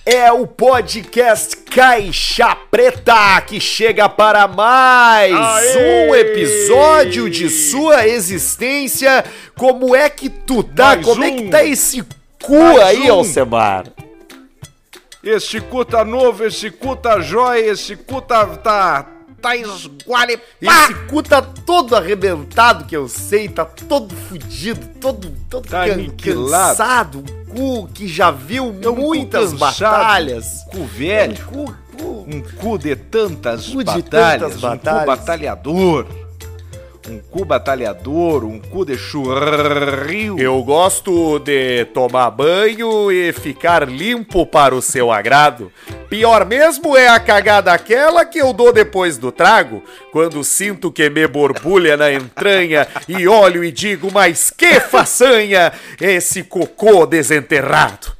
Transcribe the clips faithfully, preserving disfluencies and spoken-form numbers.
É o podcast Caixa Preta que chega para mais Aê! um episódio de sua existência. Como é que tu tá? Mais Como um. é que tá esse cu mais aí, um. Alcemar? Esse cu tá novo, esse cu tá jóia, esse cu tá... tá... tá esguarepá. Esse cu tá todo arrebentado, que eu sei, tá todo fudido, todo, todo tá can, cansado. Um cu que já viu é um muitas batalhas. Um cu velho. É um cu, cu. Um cu de tantas cu batalhas. De tantas batalhas. Um cu batalhador. Um cu batalhador, um cu de churril. Eu gosto de tomar banho e ficar limpo para o seu agrado. Pior mesmo é a cagada aquela que eu dou depois do trago, quando sinto que me borbulha na entranha e olho e digo, mas que façanha esse cocô desenterrado.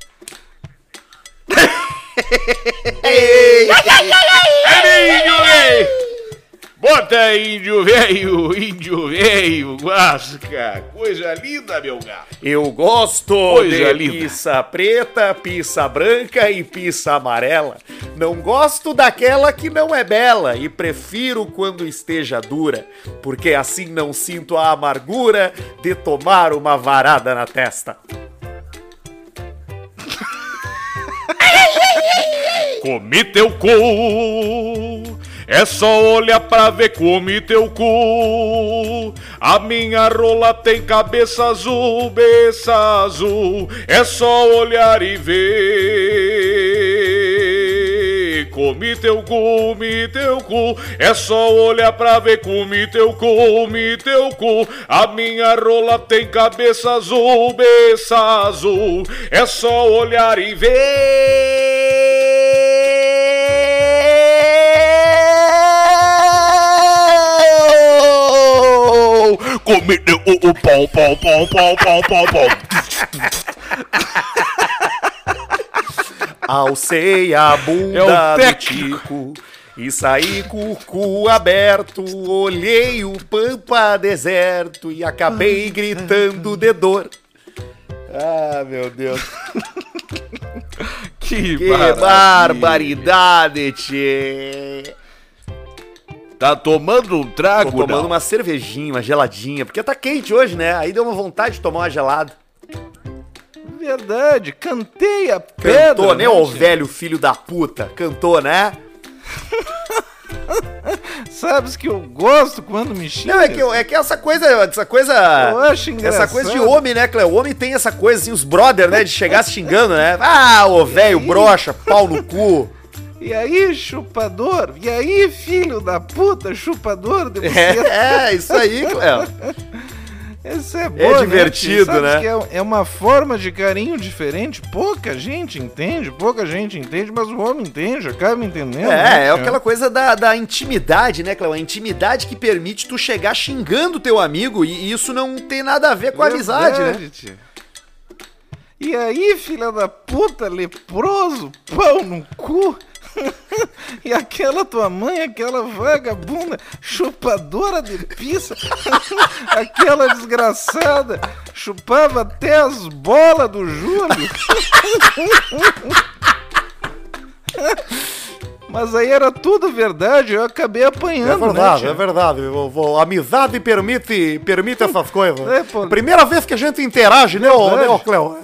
Ei, bota índio veio, índio veio, guasca, coisa linda, meu gato. Eu gosto coisa de linda. Pizza preta, pizza branca e pizza amarela. Não gosto daquela que não é bela e prefiro quando esteja dura, porque assim não sinto a amargura de tomar uma varada na testa. Comi teu cu, é só olhar pra ver, comi teu cu. A minha rola tem cabeça azul, beça azul, é só olhar e ver. Comi teu cu, comi teu cu, é só olhar pra ver, comi teu cu, comi teu cu. A minha rola tem cabeça azul, beça azul, é só olhar e ver. Come o oh, pau, pau, pau, pau, pau, pau, pau. Alcei a bunda é do Tico e saí com o cu aberto. Olhei o pampa deserto e acabei gritando de dor. Ah, meu Deus. Que, que barbaridade, tchê. Tá tomando um trago, Tô tomando não? uma cervejinha, uma geladinha, porque tá quente hoje, né? Aí deu uma vontade de tomar uma gelada. Verdade, cantei a pedra. Cantou, né, ô velho filho da puta? Cantou, né? Sabes que eu gosto quando me xinga. Não, é que, é que essa coisa, essa coisa... Eu acho engraçado. Essa coisa de homem, né, Cleo? O homem tem essa coisa, assim, os brother, né, de chegar se xingando, né? Ah, ô velho broxa, pau no cu. E aí, chupador? E aí, filho da puta, chupador de buceta? É, é, isso aí, Cleo. Isso é bom, é divertido, né? né? Que é, é uma forma de carinho diferente. Pouca gente entende, pouca gente entende, mas o homem entende, acaba entendendo. É, né, é aquela coisa da, da intimidade, né, Cleo? A intimidade que permite tu chegar xingando teu amigo e isso não tem nada a ver com a amizade, né? Tia. E aí, filha da puta, leproso, pau no cu... E aquela tua mãe, aquela vagabunda chupadora de pizza, aquela desgraçada, chupava até as bolas do Júlio. Mas aí era tudo verdade, eu acabei apanhando, É verdade, né, é verdade. Eu vou, a amizade permite, permite essas coisas. É, pô, primeira vez que a gente interage, né, ô, né, ô Cleo?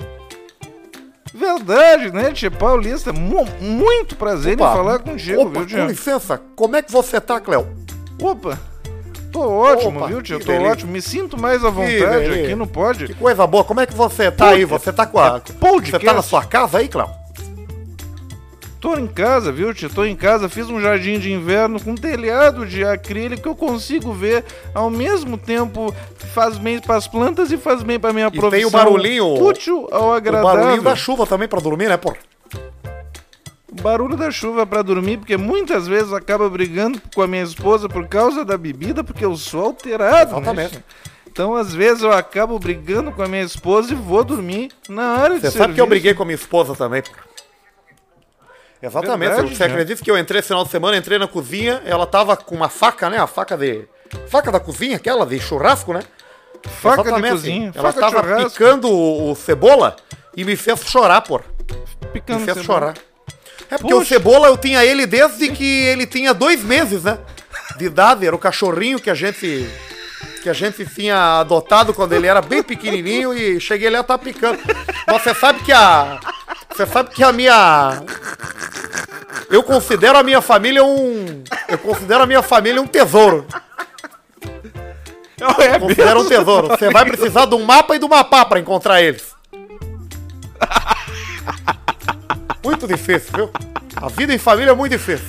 Verdade, né, tia Paulista? Mu- muito prazer Opa, em falar contigo, opa, viu, tia? com licença, como é que você tá, Cleo? Opa, tô ótimo, Opa, viu, tia? que Tô beleza. ótimo. Me sinto mais à vontade beleza. aqui no Pod. Que coisa boa, como é que você tá Puta, aí? Você tá com a... é podcast. Você tá na sua casa aí, Cleo? Tô em casa, viu, tia? Tô em casa, fiz um jardim de inverno com telhado de acrílico que eu consigo ver ao mesmo tempo faz bem pras plantas e faz bem pra minha E profissão. tem o barulhinho... Útil ao O agradável. barulhinho da chuva também pra dormir, né, pô? O barulho da chuva pra dormir, porque muitas vezes acaba brigando com a minha esposa por causa da bebida, porque eu sou alterado, Exatamente. né? Então, às vezes, eu acabo brigando com a minha esposa e vou dormir na área de Você serviço. sabe que eu briguei com a minha esposa também, pô. Exatamente, Verdade, você né? acredita que eu entrei esse final de semana, entrei na cozinha, ela tava com uma faca, né, a faca de... Faca da cozinha, aquela de churrasco, né? Faca Exatamente, de cozinha, ela faca de tava churrasco. picando o, o cebola e me fez chorar, pô. picando Me fez cebola. chorar. É porque Puxa. o Cebola eu tinha ele desde que ele tinha dois meses, né? De idade, era o cachorrinho que a gente que a gente tinha adotado quando ele era bem pequenininho e cheguei ali a estar picando. Mas você sabe que a você sabe que a minha eu considero a minha família um eu considero a minha família um tesouro. É Considero um tesouro. Você vai precisar de um mapa e de uma pá pra encontrar eles. Muito difícil, viu? A vida em família é muito difícil.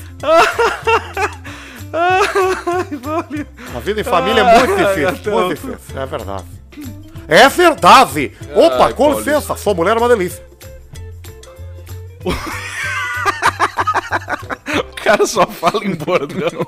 A vida em família é muito difícil. Muito difícil, é verdade. É verdade! Opa, Ai, com Paulista. licença, sua mulher é uma delícia. O cara só fala em bordão.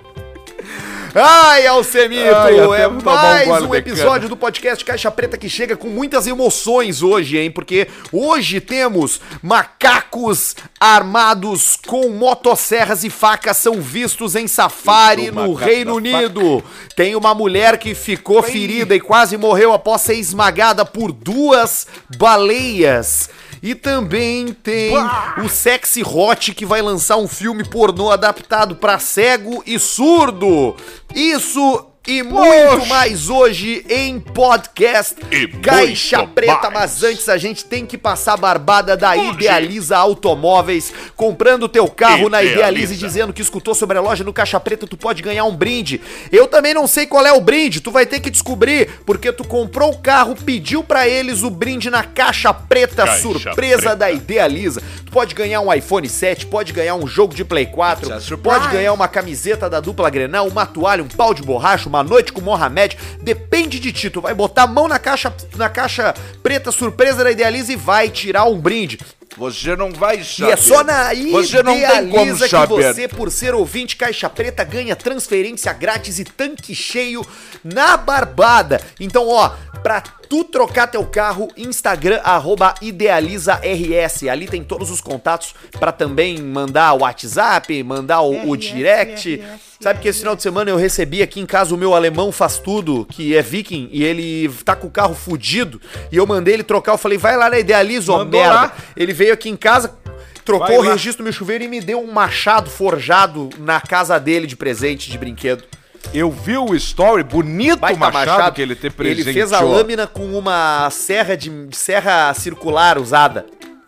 Ai, Alcemito, Ai, até é vou tomar um mais gole um de episódio do podcast Caixa Preta que chega com muitas emoções hoje, hein? Porque hoje temos macacos armados com motosserras e facas são vistos em safari Eu sou no macaco Reino da Unido. Tem uma mulher que ficou Bem. ferida e quase morreu após ser esmagada por duas baleias. E também tem Bah! o Sexy Hot, que vai lançar um filme pornô adaptado pra cego e surdo. Isso e muito Poxa! mais hoje em podcast E Caixa muito Preta. mais. Mas antes a gente tem que passar a barbada da Idealiza Automóveis. Comprando teu carro na Idealiza. Idealiza e dizendo que escutou sobre a loja no Caixa Preta, tu pode ganhar um brinde. Eu também não sei qual é o brinde, tu vai ter que descobrir, porque tu comprou o carro, pediu pra eles o brinde na Caixa Preta, Caixa surpresa Preta. da Idealiza. Tu pode ganhar um iPhone sete, pode ganhar um jogo de Play quatro, It's a surprise. pode ganhar uma camiseta da dupla Grenal, uma toalha, um pau de borracha, uma noite com Mohamed. Depende de ti, tu vai botar a mão na caixa, na caixa preta surpresa da Idealiza e vai tirar um brinde. Você não vai saber. E é só na Você não tem como Idealiza que saber. você, por ser ouvinte Caixa Preta, ganha transferência grátis e tanque cheio na barbada. Então, ó, pra tu trocar teu carro, Instagram, arroba IdealizaRS. Ali tem todos os contatos pra também mandar o WhatsApp, mandar o, o direct. Sabe que esse final de semana eu recebi aqui em casa o meu alemão faz tudo, que é viking, e ele tá com o carro fudido, e eu mandei ele trocar, eu falei, vai lá na Idealiza, ó, Mandou merda. lá. Ele veio aqui em casa, trocou Vai o lá. registro do meu chuveiro e me deu um machado forjado na casa dele de presente, de brinquedo. Eu vi o story, bonito o Baita machado, que ele te presenteou. Ele fez a lâmina com uma serra de serra circular usada.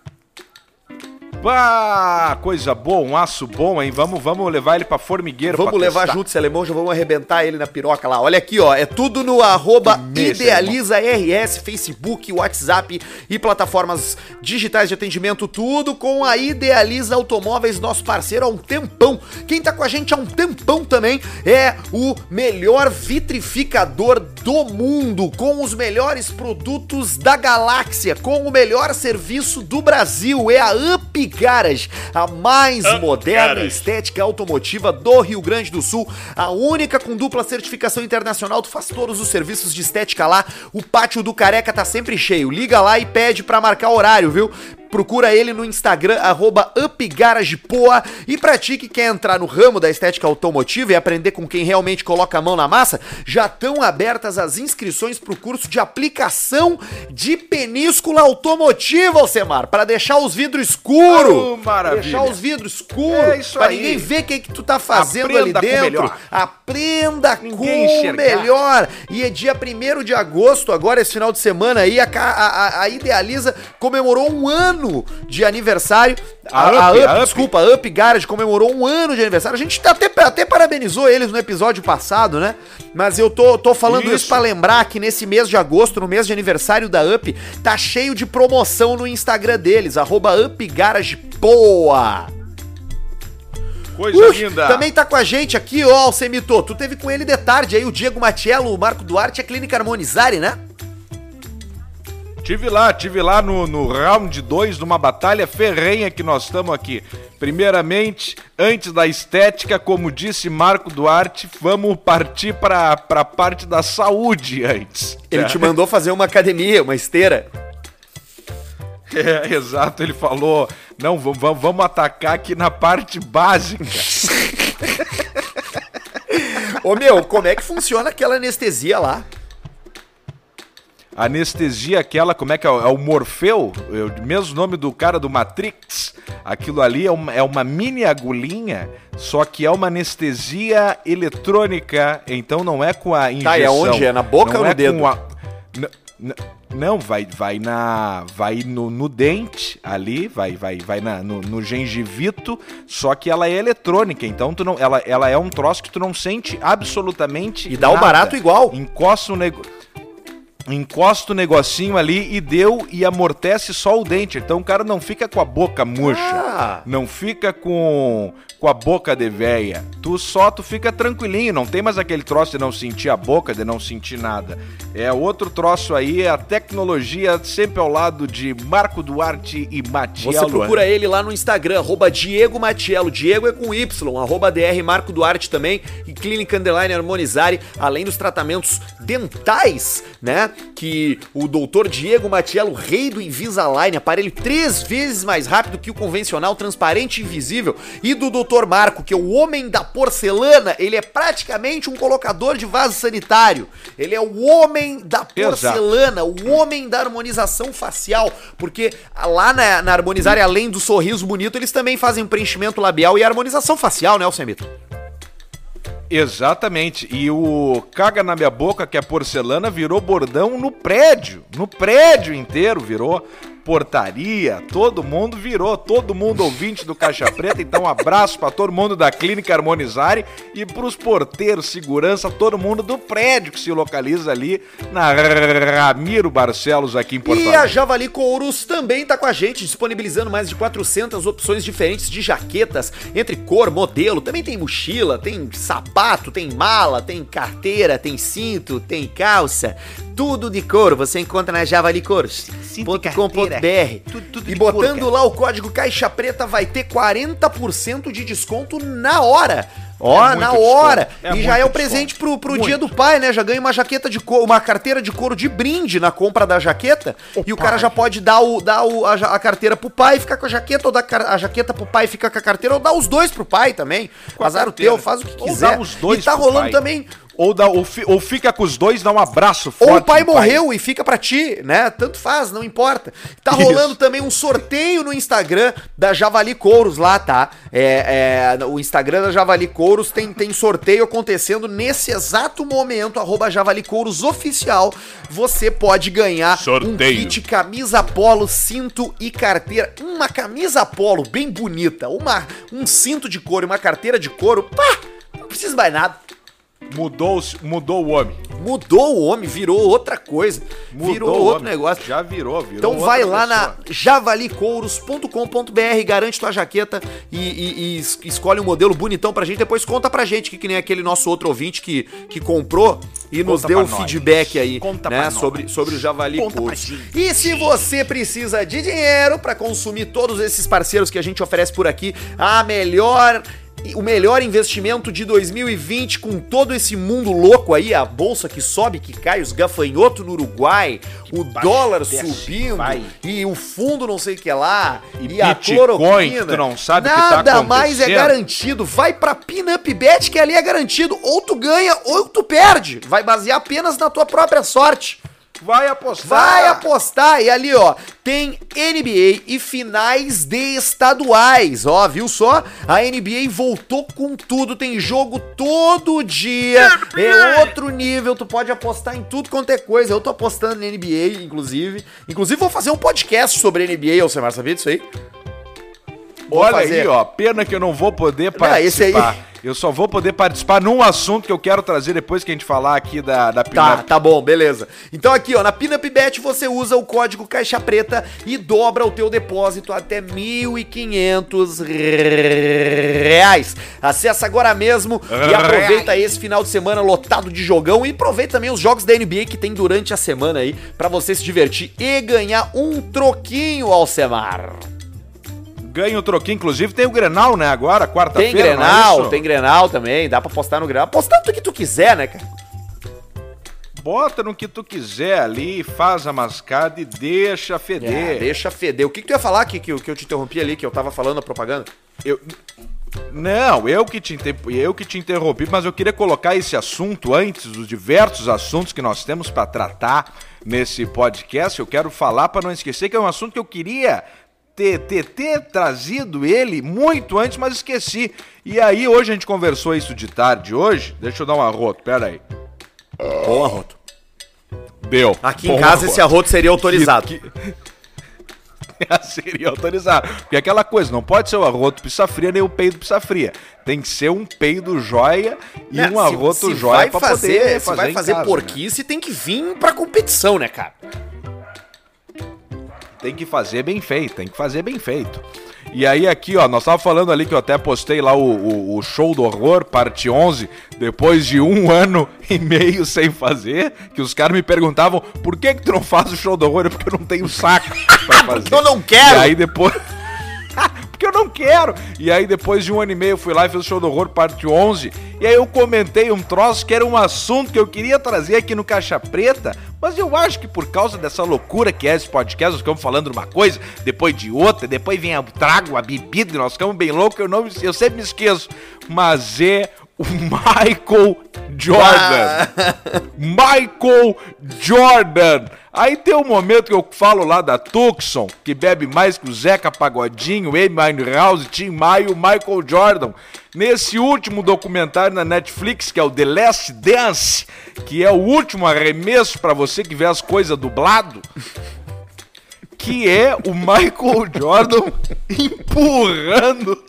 Bah, coisa boa, um aço bom, hein? Vamos, vamos levar ele pra formigueiro Vamos pra levar testar. junto esse alemão, já vamos arrebentar ele na piroca lá. Olha aqui, ó, é tudo no arroba Imenso, IdealizaRS, Facebook, WhatsApp e plataformas digitais de atendimento, tudo com a Idealiza Automóveis, nosso parceiro há um tempão. Quem tá com a gente há um tempão também é o melhor vitrificador do mundo, com os melhores produtos da galáxia, com o melhor serviço do Brasil, é a Up Garage, a mais Up moderna Garage. estética automotiva do Rio Grande do Sul, a única com dupla certificação internacional. Tu faz todos os serviços de estética lá. O pátio do Careca tá sempre cheio. Liga lá e pede pra marcar horário, viu? Procura ele no Instagram, arroba UpGaragePoa. E pra ti que quer entrar no ramo da estética automotiva e aprender com quem realmente coloca a mão na massa, já estão abertas as inscrições pro curso de aplicação de peníscula automotiva, Alcemar, pra deixar os vidros escuros. Oh, maravilha. Deixar os vidros escuros, É isso pra aí. ninguém ver o que, que tu tá fazendo Aprenda ali com o dentro. melhor. Aprenda Ninguém com o enxergar. melhor. E é dia primeiro de agosto, agora esse final de semana aí, a, ca- a, a- a Idealiza comemorou um ano de aniversário. A Up, a Up. desculpa, a Up Garage comemorou um ano de aniversário. A gente até, até parabenizou eles no episódio passado, né? Mas eu tô, tô falando isso, Isso. pra lembrar que nesse mês de agosto, no mês de aniversário da Up, tá cheio de promoção no Instagram deles, arroba UpGaragePoa. Coisa Ux, linda. também tá com a gente aqui, ó, Alcemito. Tu teve com ele de tarde aí, o Diego Matiello, o Marco Duarte e a Clínica Harmonizare, né? Tive lá, tive lá no, no round dois, numa batalha ferrenha que nós estamos aqui. Primeiramente, antes da estética, como disse Marco Duarte, vamos partir para a parte da saúde antes. Ele te mandou fazer uma academia, uma esteira. É, exato, ele falou, não, vamos, vamos, vamos atacar aqui na parte básica. Ô meu, como é que funciona aquela anestesia lá? Anestesia aquela, como é que é? É o Morfeu, é o mesmo nome do cara do Matrix. Aquilo ali é uma, é uma mini agulhinha, só que é uma anestesia eletrônica, então não é com a injeção. Tá, e aonde? É na boca não ou no é dedo? Com a... N- n- Não, vai, vai, na, vai no, no dente ali, vai, vai, vai na, no, no gengivito, só que ela é eletrônica, então tu não, ela, ela é um troço que tu não sente absolutamente E dá nada. o barato igual. Encosta o negócio. Encosta o negocinho ali e deu e amortece só o dente. Então o cara não fica com a boca murcha, Ah. não fica com, com a boca de véia. Tu só, tu fica tranquilinho, não tem mais aquele troço de não sentir a boca, de não sentir nada. É outro troço aí, é a tecnologia sempre ao lado de Marco Duarte e Matiello. Você procura ele lá no Instagram, arroba Diego Matiello. Diego é com Y, arroba D R Marco Duarte também. E Clínica Underline Harmonizare, além dos tratamentos dentais, né? Que o doutor Diego Matiello, rei do Invisalign, aparelho três vezes mais rápido que o convencional, transparente e invisível. E do doutor Marco, que é o homem da porcelana, ele é praticamente um colocador de vaso sanitário. Ele é o homem da porcelana, Exato. O homem da harmonização facial. Porque lá na, na Harmonizare, além do sorriso bonito, eles também fazem preenchimento labial e harmonização facial, né, Alcemito? Exatamente, e o caga na minha boca, que é porcelana, virou bordão no prédio, no prédio inteiro virou portaria, todo mundo virou, todo mundo ouvinte do Caixa Preta, então um abraço pra todo mundo da Clínica Harmonizare e pros porteiros, segurança, todo mundo do prédio que se localiza ali na Ramiro Barcelos aqui em Porto Alegre. E a Javali Couros também tá com a gente, disponibilizando mais de quatrocentas opções diferentes de jaquetas, entre cor, modelo, também tem mochila, tem sapato, tem mala, tem carteira, tem cinto, tem calça, tudo de couro, você encontra na javali couros ponto com ponto b r. E botando couro, lá o código Caixa Preta vai ter quarenta por cento de desconto na hora. Ó, é na hora. É e já é o presente pro, pro dia do pai, né? Já ganha uma jaqueta de couro, uma carteira de couro de brinde na compra da jaqueta. O e o pai. cara já pode dar, o, dar o, a, a carteira pro pai e ficar com a jaqueta, ou dar a jaqueta pro pai e ficar com a carteira, ou dar os dois pro pai também. Azar o teu, faz o que quiser. Ou dá os dois e tá rolando pai. também... Ou, dá, ou, fi, ou fica com os dois, dá um abraço forte. Ou o pai morreu pai. e fica pra ti, né? Tanto faz, não importa. Tá rolando Isso. também um sorteio no Instagram da Javali Couros lá, tá? É, é, o Instagram da Javali Couros tem, tem sorteio acontecendo nesse exato momento, arroba Javali Couros Oficial. Você pode ganhar sorteio. um kit camisa polo, cinto e carteira. Uma camisa polo bem bonita, uma, um cinto de couro e uma carteira de couro. Pá! Não precisa mais nada. Mudou, mudou o homem. Mudou o homem, virou outra coisa. Mudou virou outro homem. negócio. Já virou, virou. Então vai lá pessoa. na javali couros ponto com ponto b r, garante tua jaqueta e, e, e escolhe um modelo bonitão pra gente. Depois conta pra gente, que, que nem aquele nosso outro ouvinte que, que comprou e conta nos deu um feedback aí, conta né, sobre, sobre o Javali conta Couros. E se você precisa de dinheiro pra consumir todos esses parceiros que a gente oferece por aqui, a melhor... o melhor investimento de dois mil e vinte, com todo esse mundo louco aí, a bolsa que sobe, que cai, os gafanhotos no Uruguai, que o dólar subindo, vai. e o fundo não sei o que lá, e, e a cloroquina, tu não sabe nada que tá mais é garantido. Vai pra PinUpBet, que ali é garantido, ou tu ganha ou tu perde, vai basear apenas na tua própria sorte. Vai apostar. Vai apostar. E ali, ó, tem N B A e finais de estaduais. Ó, viu só? A N B A voltou com tudo. Tem jogo todo dia. É outro nível. Tu pode apostar em tudo quanto é coisa. Eu tô apostando na N B A, inclusive. Inclusive, vou fazer um podcast sobre N B A, Alcemar. Sabia disso aí? Vou Olha fazer. aí, ó. Pena que eu não vou poder participar. Não, esse aí... Eu só vou poder participar num assunto que eu quero trazer depois que a gente falar aqui da, da Pinup. Tá, tá bom, beleza. Então aqui, ó, na PinUpBet você usa o código Caixa Preta e dobra o teu depósito até mil e quinhentos reais. Acessa agora mesmo e aproveita esse final de semana lotado de jogão e aproveita também os jogos da N B A que tem durante a semana aí pra você se divertir e ganhar um troquinho, Alcemar. Ganha o troquinho, inclusive tem o Grenal, né, agora, quarta-feira. Tem Grenal, é tem Grenal também, dá pra postar no Grenal. Postando o que tu quiser, né, cara? Bota no que tu quiser ali, faz a mascada e deixa feder. É, deixa feder. O que, que tu ia falar aqui, que, que eu te interrompi ali, que eu tava falando a propaganda? Eu... Não, eu que, te inter... eu que te interrompi, mas eu queria colocar esse assunto antes dos diversos assuntos que nós temos para tratar nesse podcast. Eu quero falar para não esquecer que é um assunto que eu queria ter, ter, ter trazido ele muito antes, mas esqueci. E aí hoje a gente conversou isso de tarde hoje. Deixa eu dar um arroto, pera aí. Bom arroto. Deu. Aqui Bom em casa arroto. esse arroto seria autorizado. Que, que... Seria autorizado. Porque aquela coisa, não pode ser o arroto pizza fria nem o peido pizza fria. Tem que ser um peido joia e Né, um arroto se, se joia pra fazer, poder se fazer vai fazer casa, porquice, né? Tem que vir pra competição, né, cara? Tem que fazer bem feito, tem que fazer bem feito. E aí aqui, ó, nós tava falando ali que eu até postei lá o, o, o Show do Horror, parte onze, depois de um ano e meio sem fazer, que os caras me perguntavam, por que que tu não faz o Show do Horror? Porque eu não tenho saco pra fazer. Porque eu não quero! E aí depois... Porque eu não quero! E aí depois de um ano e meio eu fui lá e fiz o Show do Horror, parte onze, e aí eu comentei um troço que era um assunto que eu queria trazer aqui no Caixa Preta, mas eu acho que por causa dessa loucura que é esse podcast, nós ficamos falando de uma coisa, depois de outra, depois vem o trago, a bebida, e nós ficamos bem loucos, eu, não, eu sempre me esqueço, mas é o Michael Jordan. Michael Jordan. Aí tem um momento que eu falo lá da Tucson, que bebe mais que o Zeca Pagodinho, Amy Winehouse, Tim Maia e o Michael Jordan. Nesse último documentário na Netflix, que é o The Last Dance, que é o último arremesso pra você que vê as coisas dublado, que é o Michael Jordan empurrando...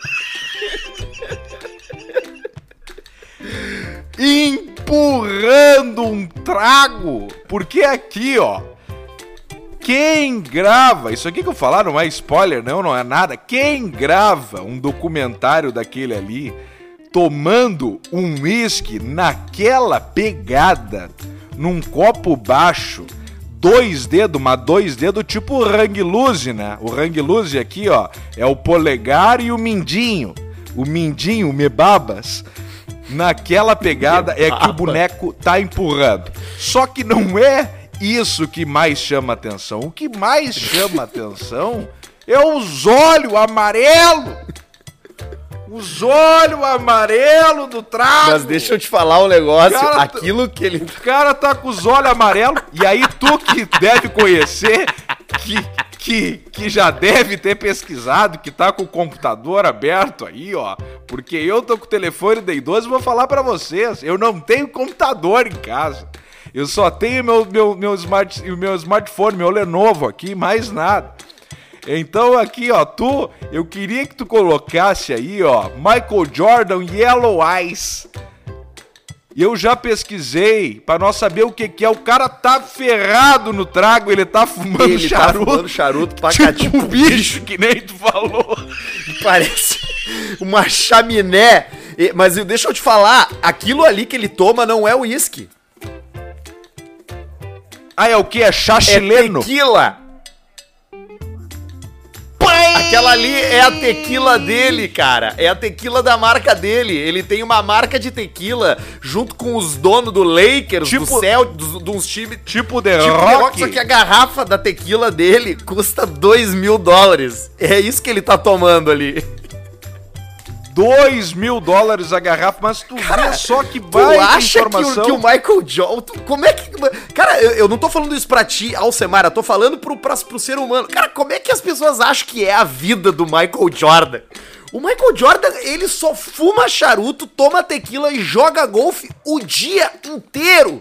empurrando um trago, porque aqui, ó, quem grava, isso aqui que eu falar não é spoiler, não, não é nada, quem grava um documentário daquele ali, tomando um uísque naquela pegada, num copo baixo, dois dedos, mas dois dedos tipo o hang loose, né? O hang loose aqui, ó, é o polegar e o mindinho, o mindinho, o mebabas. Naquela pegada é que o boneco tá empurrando. Só que não é isso que mais chama atenção. O que mais chama atenção é os olhos amarelos. Os olhos amarelos do trago. Mas deixa eu te falar um negócio. Cara, aquilo que ele... O cara tá com os olhos amarelos. E aí tu que deve conhecer, que... Que, que já deve ter pesquisado, que tá com o computador aberto aí, ó. Porque eu tô com o telefone da idoso e vou falar pra vocês. Eu não tenho computador em casa. Eu só tenho meu, meu, meu, smart, meu smartphone, meu Lenovo aqui, mais nada. Então aqui, ó, tu... Eu queria que tu colocasse aí, ó, Michael Jordan Yellow Eyes. E eu já pesquisei pra nós saber o que que é. O cara tá ferrado no trago, ele tá fumando ele charuto. Tá fumando charuto pra tipo, cá, tipo um bicho, que nem tu falou. Parece uma chaminé. Mas deixa eu te falar, aquilo ali que ele toma não é uísque. Ah, é o que? É chá chileno? É tequila. Aquela ali é a tequila dele, cara. É a tequila da marca dele. Ele tem uma marca de tequila junto com os donos do Lakers, tipo, do Cel, dos, dos times. Tipo The tipo Rock. The Rock. Só que a garrafa da tequila dele custa dois mil dólares. É isso que ele tá tomando ali. dois mil dólares a garrafa, mas tu cara, vê só que vai tu acha informação. Que o, que o Michael Jordan... Como é que... Cara, eu, eu não tô falando isso pra ti, Alcemara, eu tô falando pro, pra, pro ser humano. Cara, como é que as pessoas acham que é a vida do Michael Jordan? O Michael Jordan, ele só fuma charuto, toma tequila e joga golfe o dia inteiro.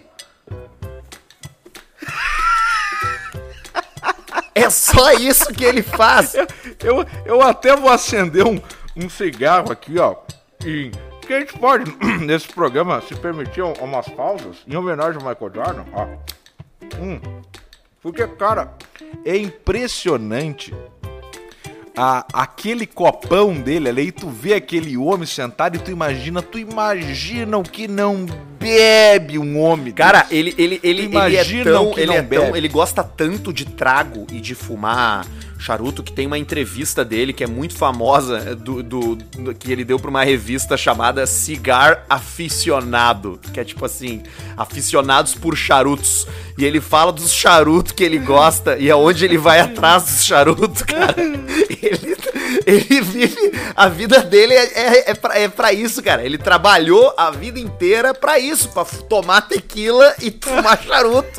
É só isso que ele faz. Eu, eu, eu até vou acender um... um cigarro aqui, ó, e que a gente pode, nesse programa, se permitir umas pausas, em homenagem ao Michael Jordan, ó. Hum, porque, cara, é impressionante a, aquele copão dele ali, e tu vê aquele homem sentado e tu imagina, tu imagina o que não bebe um homem. Cara, ele, ele, ele, ele é tão, que ele não é bebe. tão, ele gosta tanto de trago e de fumar Charuto, que tem uma entrevista dele que é muito famosa, do, do, do que ele deu pra uma revista chamada Cigar Aficionado, que é tipo assim, aficionados por charutos. E ele fala dos charutos que ele gosta e aonde ele vai atrás dos charutos, cara. Ele, ele vive, a vida dele é, é, é, pra, é pra isso, cara. Ele trabalhou a vida inteira pra isso, pra tomar tequila e fumar charuto.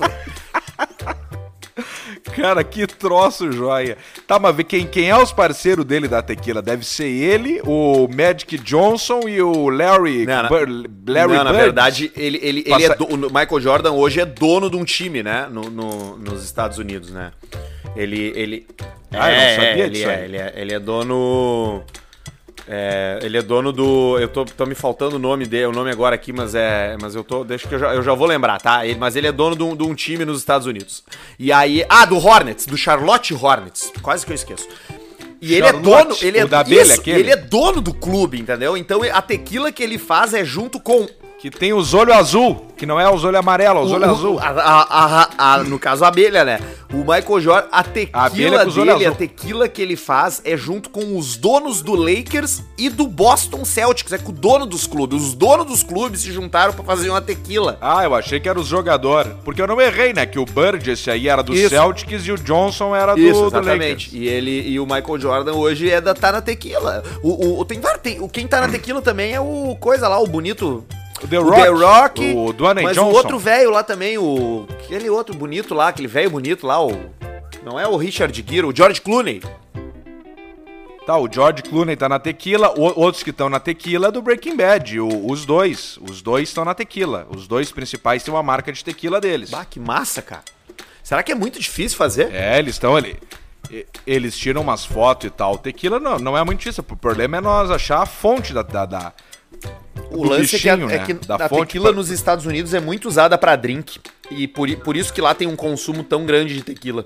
Cara, que troço joia. Tá, mas quem, quem é os parceiros dele da tequila? Deve ser ele, o Magic Johnson e o Larry, não, Bur- Larry não, na Bird. verdade, ele, ele, Passa... ele é do, o Michael Jordan hoje é dono de um time, né? No, no, nos Estados Unidos, né? Ele... ele ah, é, eu não sabia ele disso é, aí. ele é, ele é dono... É, ele é dono do... Eu tô, tô me faltando o nome dele, o nome agora aqui, mas é... Mas eu tô... Deixa que eu já, eu já vou lembrar, tá? Ele, mas ele é dono de um, de um time nos Estados Unidos. E aí... Ah, do Hornets, do Charlotte Hornets. Quase que eu esqueço. E ele Charlotte, é dono... Ele é, o da abelha, isso, aquele? ele é dono do clube, entendeu? Então a tequila que ele faz é junto com... Que tem os olhos azul, que não é os olhos amarelos, é os olhos o, azul. A, a, a, a, no caso, a abelha, né? O Michael Jordan, a tequila A abelha com os olhos dele, a azul. tequila que ele faz é junto com os donos do Lakers e do Boston Celtics. É com o dono dos clubes. Os donos dos clubes se juntaram pra fazer uma tequila. Ah, eu achei que era os jogadores. Porque eu não errei, né? Que o Bird, esse aí, era do Isso. Celtics e o Johnson era do, Isso, do exatamente. Lakers. E ele e o Michael Jordan hoje é da, tá na tequila. O, o, tem, tem, o, quem tá na tequila também é o coisa lá, o bonito... O The O Rock, The Rock, o Dwayne mas Johnson. o outro velho lá também, o aquele outro bonito lá, aquele velho bonito lá, o não é o Richard Gere, o George Clooney. Tá, o George Clooney tá na tequila, o, outros que estão na tequila é do Breaking Bad, o, os dois, os dois estão na tequila, os dois principais têm uma marca de tequila deles. Bah, que massa, cara. Será que é muito difícil fazer? É, eles estão ali, e- eles tiram umas fotos e tal, tequila não, não é muito difícil, o problema é nós achar a fonte da... da, da O do lance é bichinho, que a, é né? que Da a fonte tequila pra- nos Estados Unidos é muito usada pra drink. E por, i- por isso que lá tem um consumo tão grande de tequila.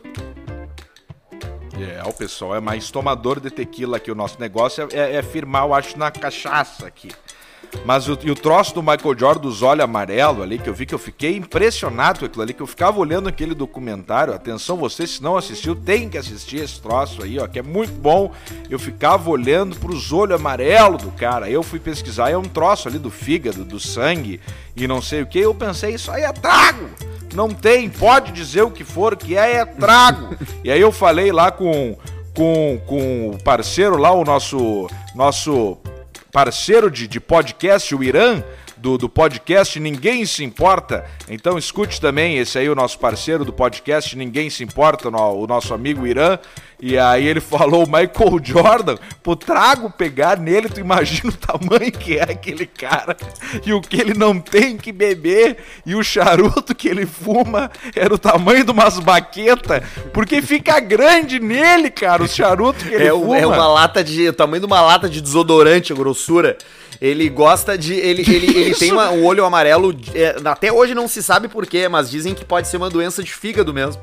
É, o pessoal é mais tomador de tequila aqui. O nosso negócio é, é, é firmar, eu acho, na cachaça aqui. Mas o, e o troço do Michael Jordan, dos olhos amarelos ali, que eu vi que eu fiquei impressionado com aquilo ali, que eu ficava olhando aquele documentário. Atenção, você, se não assistiu, tem que assistir esse troço aí, ó, que é muito bom. Eu ficava olhando pros olhos amarelos do cara. Eu fui pesquisar, é um troço ali do fígado, do sangue e não sei o que. Eu pensei, isso aí é trago. Não tem, pode dizer o que for, que é, é trago. E aí eu falei lá com, com, com o parceiro lá, o nosso, nosso parceiro de, de podcast, o Irã, do, do podcast Ninguém Se Importa. Então escute também esse aí, o nosso parceiro do podcast Ninguém Se Importa, no, o nosso amigo Irã. E aí ele falou, o Michael Jordan, pro trago pegar nele, tu imagina o tamanho que é aquele cara e o que ele não tem que beber, e o charuto que ele fuma era o tamanho de umas baquetas, porque fica grande nele, cara, os charutos que ele É, fuma. é uma lata de... o tamanho de uma lata de desodorante, a grossura. Ele gosta de... Ele, ele, ele tem uma, um olho amarelo... é, até hoje não se sabe por quê, mas dizem que pode ser uma doença de fígado mesmo.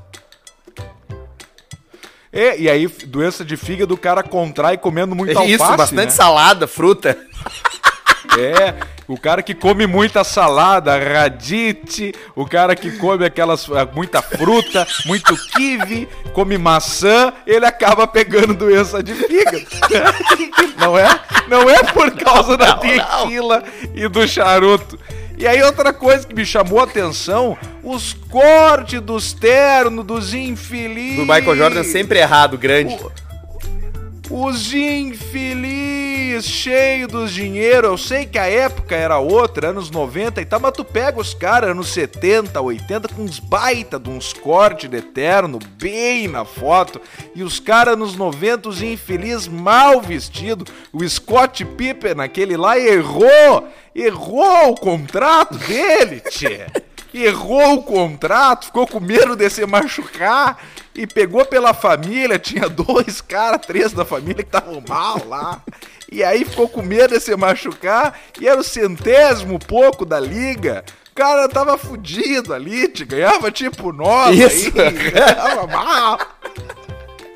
É, e aí, doença de fígado, o cara contrai comendo muito alface, Isso, bastante né? salada, fruta. É, o cara que come muita salada, radite, o cara que come aquelas muita fruta, muito kiwi, come maçã, ele acaba pegando doença de fígado. Não é? Não é por causa da Não, tequila e do charuto. E aí outra coisa que me chamou a atenção, os cortes dos ternos, dos infelizes. Do Michael Jordan sempre errado, grande. Os infelizes, cheio dos dinheiro. Eu sei que a época era outra, anos noventa e tal, mas tu pega os caras anos setenta, oitenta, com uns baita de uns cortes de terno, bem na foto. E os caras nos noventa, os infelizes mal vestidos. O Scott Pippen, aquele lá, errou. Errou o contrato dele, tchê. Errou o contrato, ficou com medo de se machucar e pegou pela família. Tinha dois caras, três da família que estavam mal lá. E aí ficou com medo de se machucar e era o centésimo pouco da liga. O cara tava fudido ali, te ganhava tipo nós Isso. aí, ganhava mal.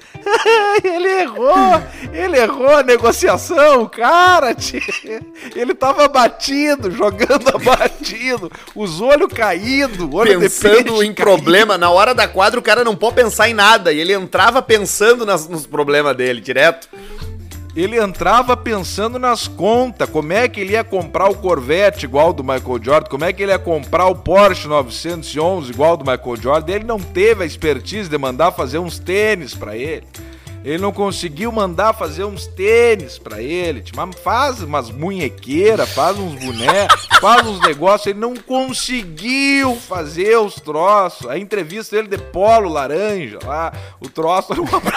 Ele errou, ele errou a negociação, cara, tchê. Ele tava abatido, jogando abatido, os olhos caídos, olho pensando em caído. Problema, na hora da quadra o cara não pode pensar em nada, e ele entrava pensando nas, nos problemas dele, direto. Ele entrava pensando nas contas, como é que ele ia comprar o Corvette igual do Michael Jordan, como é que ele ia comprar o Porsche novecentos e onze igual do Michael Jordan. Ele não teve a expertise de mandar fazer uns tênis pra ele. Ele não conseguiu mandar fazer uns tênis pra ele. Faz umas munhequeiras, faz uns bonecos, faz uns negócios. Ele não conseguiu fazer os troços. A entrevista dele de polo laranja lá, o troço era uma...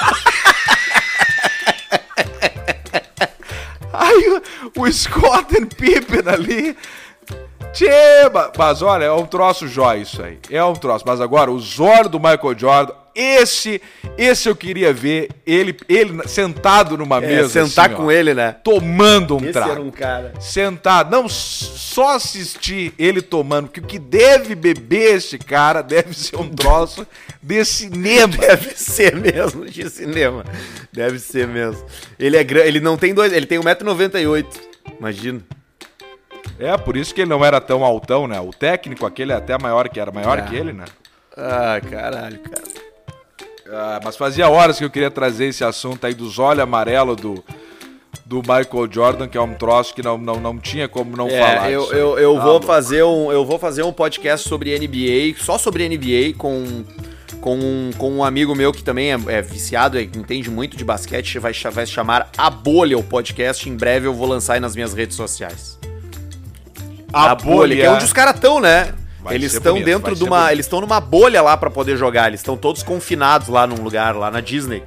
Aí o, o Scott Pippen ali... Tchê, mas olha, é um troço jóia isso aí. É um troço. Mas agora, os olhos do Michael Jordan, esse, esse eu queria ver, ele, ele sentado numa é, mesa. Sentar assim, com ó, ele, né? Tomando um esse trago. Era um cara. Sentado. Não, só assistir ele tomando, porque o que deve beber esse cara deve ser um troço de cinema. Deve ser mesmo, de cinema. Deve ser mesmo. Ele é grande, ele não tem dois, ele tem um metro e noventa e oito, imagina. É, por isso que ele não era tão altão, né? O técnico aquele é até maior que era maior é. que ele, né? Ah, caralho, cara. Ah, mas fazia horas que eu queria trazer esse assunto aí dos olhos amarelos do, do Michael Jordan, que é um troço que não, não, não tinha como não é, falar. Eu, eu, eu, ah, vou fazer um, eu vou fazer um podcast sobre N B A, só sobre N B A, com, com, um, com um amigo meu que também é, é viciado, é, entende muito de basquete, vai, vai se chamar A Bolha, o podcast. Em breve eu vou lançar aí nas minhas redes sociais. A, a bolha, bolha, que é onde os caras estão, né? Vai eles estão dentro de uma... Bonito. Eles estão numa bolha lá pra poder jogar. Eles estão todos confinados lá num lugar, lá na Disney.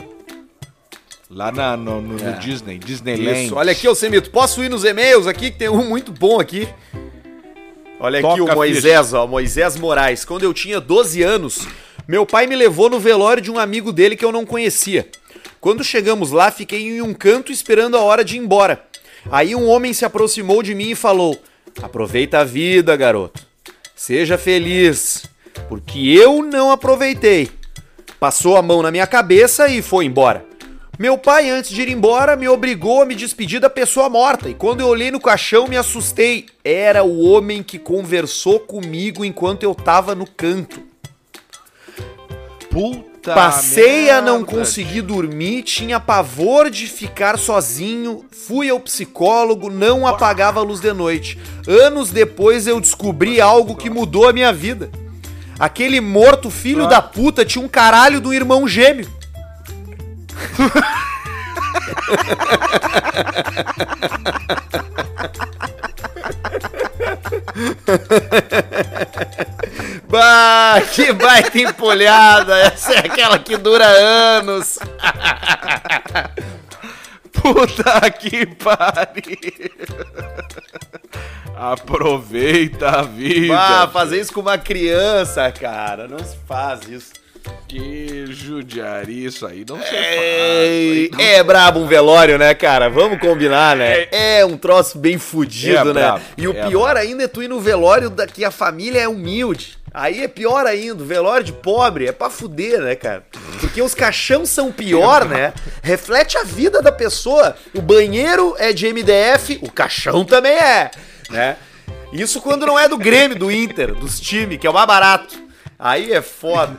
Lá na, no, no, é. no Disney, Disneyland. Isso. Olha aqui, ô Semito, posso ir nos e-mails aqui, que tem um muito bom aqui. Olha Toca aqui o Moisés, ficha. ó, Moisés Moraes. Quando eu tinha doze anos, meu pai me levou no velório de um amigo dele que eu não conhecia. Quando chegamos lá, fiquei em um canto esperando a hora de ir embora. Aí um homem se aproximou de mim e falou: aproveita a vida, garoto. Seja feliz, porque eu não aproveitei. Passou a mão na minha cabeça e foi embora. Meu pai, antes de ir embora, me obrigou a me despedir da pessoa morta. E quando eu olhei no caixão, me assustei. Era o homem que conversou comigo enquanto eu tava no canto. Puta Passei merda. a não conseguir dormir, tinha pavor de ficar sozinho, fui ao psicólogo, não apagava a luz de noite. Anos depois eu descobri algo que mudou a minha vida. Aquele morto filho ah. da puta tinha um caralho do irmão gêmeo. Bah, que baita empolhada. Essa é aquela que dura anos. Puta que pariu. Aproveita a vida. Bah, fazer isso com uma criança, cara. Não se faz isso. Que judiaria isso aí, não se é, faz. Não é brabo um velório, né, cara? Vamos combinar, né? É, é um troço bem fudido, é né? Brabo, e o é pior brabo. ainda é tu ir no velório da que a família é humilde. Aí é pior ainda, o velório de pobre é pra fuder, né, cara? Porque os caixão são pior, né? Reflete a vida da pessoa. O banheiro é de M D F, o caixão também é, né? Isso quando não é do Grêmio, do Inter, dos times, que é o mais barato. Aí é foda.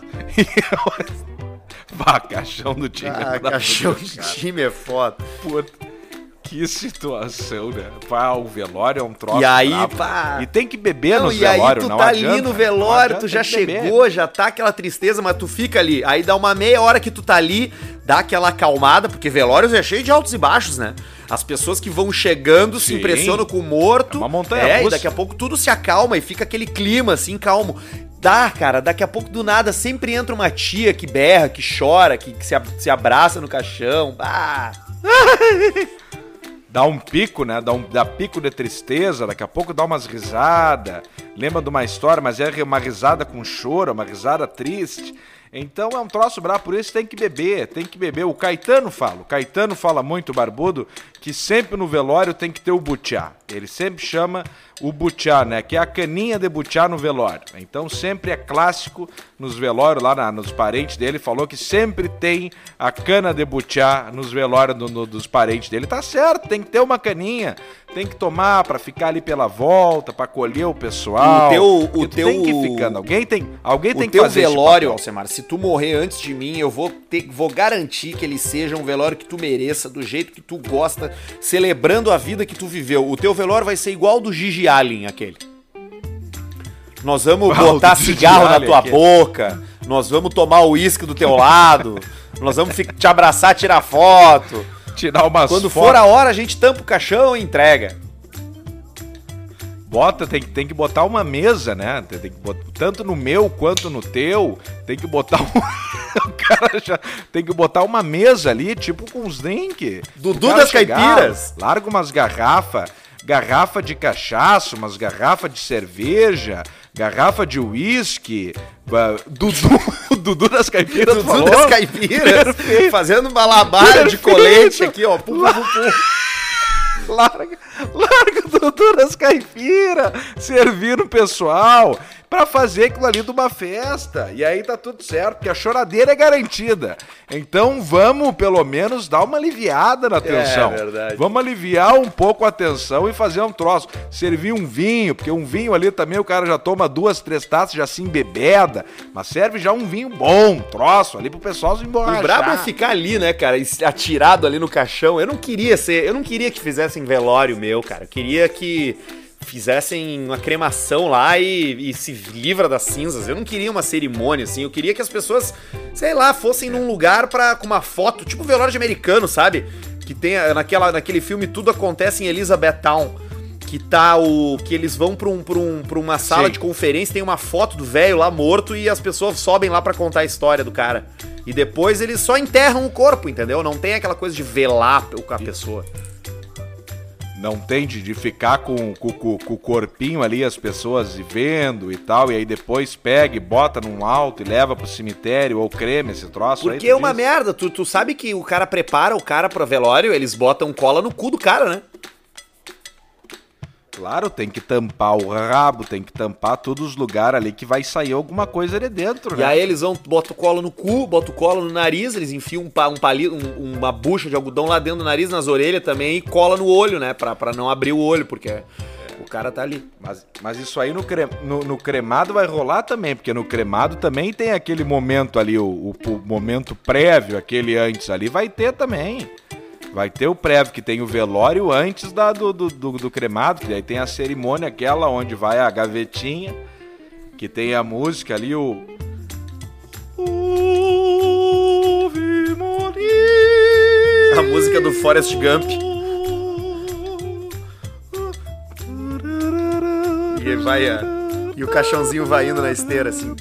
Bah, caixão do time. Ah, caixão do time é foda. Puta, que situação, né? Pá, o velório é um troço. E aí, bravo. pá. E tem que beber no velório, não E aí tu tá adianta, ali no velório, tu já chegou, já tá aquela tristeza, mas tu fica ali. Aí dá uma meia hora que tu tá ali, dá aquela acalmada, porque velório é cheio de altos e baixos, né? As pessoas que vão chegando Sim. se impressionam com o morto. É uma montanha É, russa. E daqui a pouco tudo se acalma e fica aquele clima assim, calmo. Dá, cara, daqui a pouco do nada sempre entra uma tia que berra, que chora, que, que se, se abraça no caixão. Ah. Dá um pico, né? Dá, um, dá pico de tristeza, daqui a pouco dá umas risadas. Lembra de uma história, mas é uma risada com choro, uma risada triste. Então é um troço brabo, por isso tem que beber, tem que beber. O Caetano fala, o Caetano fala muito, barbudo, que sempre no velório tem que ter o butiá. Ele sempre chama o butiá, né? Que é a caninha de butiá no velório. Então sempre é clássico nos velórios, lá na, nos parentes dele, falou que sempre tem a cana de butiá nos velórios do, no, dos parentes dele. Tá certo, tem que ter uma caninha, tem que tomar pra ficar ali pela volta, pra acolher o pessoal. O teu... O teu... Tem que ir ficando. Alguém tem, alguém tem o que fazer teu velório, Alcemar, se tu morrer antes de mim, eu vou, ter, vou garantir que ele seja um velório que tu mereça, do jeito que tu gosta, celebrando a vida que tu viveu. O teu velório vai ser igual ao do Gigi Allen, aquele. Nós vamos Uau, botar cigarro na tua aquele. boca, nós vamos tomar o uísque do teu lado, nós vamos te abraçar, tirar foto. Tirar umas Quando fotos. for a hora, a gente tampa o caixão e entrega. Bota, tem, tem que botar uma mesa, né? Tem, tem que botar, tanto no meu quanto no teu, tem que botar um... o cara já tem que botar uma mesa ali, tipo com uns drink. Dudu das Caipiras. Larga umas garrafas, garrafa de cachaça, umas garrafas de cerveja, garrafa de uísque. Dudu, Dudu das Caipiras, Dudu falou? das Caipiras, fazendo malabar de colete aqui, ó. Pum, pum, pum. Larga, larga o Dudu das Caipiras, servir o pessoal pra fazer aquilo ali de uma festa. E aí tá tudo certo, porque a choradeira é garantida. Então vamos, pelo menos, dar uma aliviada na tensão. É verdade. Vamos aliviar um pouco a tensão e fazer um troço. Servir um vinho, porque um vinho ali também o cara já toma duas, três taças, já se embebeda. Mas serve já um vinho bom, um troço ali pro pessoal se emborrachar. O brabo é ficar ali, né, cara, atirado ali no caixão. Eu não queria ser, eu não queria que fizessem velório meu, cara. Eu queria que fizessem uma cremação lá e, e se livra das cinzas. Eu não queria uma cerimônia, assim. Eu queria que as pessoas, sei lá, fossem num lugar pra, com uma foto, tipo velório de americano, sabe? Que tem naquela, naquele filme Tudo Acontece em Elizabethtown. Que tá o. Que eles vão pra, um, pra, um, pra uma sala Sim. de conferência, tem uma foto do velho lá morto e as pessoas sobem lá pra contar a história do cara. E depois eles só enterram o corpo, entendeu? Não tem aquela coisa de velar a pessoa. Não tem de, de ficar com, com, com, com o corpinho ali, as pessoas vendo e tal, e aí depois pega e bota num alto e leva pro cemitério ou creme esse troço. Porque aí, é uma diz? merda, tu, tu sabe que o cara prepara o cara pro velório, eles botam cola no cu do cara, né? Claro, tem que tampar o rabo, tem que tampar todos os lugares ali que vai sair alguma coisa ali dentro, né? E aí eles vão, botam cola no cu, botam cola no nariz, eles enfiam um, pa, um palito, um, uma bucha de algodão lá dentro do nariz, nas orelhas também, e cola no olho, né? Pra, pra não abrir o olho, porque é. O cara tá ali. Mas, mas isso aí no, cre, no, no cremado vai rolar também, porque no cremado também tem aquele momento ali, o, o, o momento prévio, aquele antes ali, vai ter também. Vai ter o prévio, que tem o velório antes da, do, do, do, do cremado, que aí tem a cerimônia aquela onde vai a gavetinha, que tem a música ali, o... Ouve morir. A música do Forrest Gump. E vai a... E o caixãozinho vai indo na esteira, assim.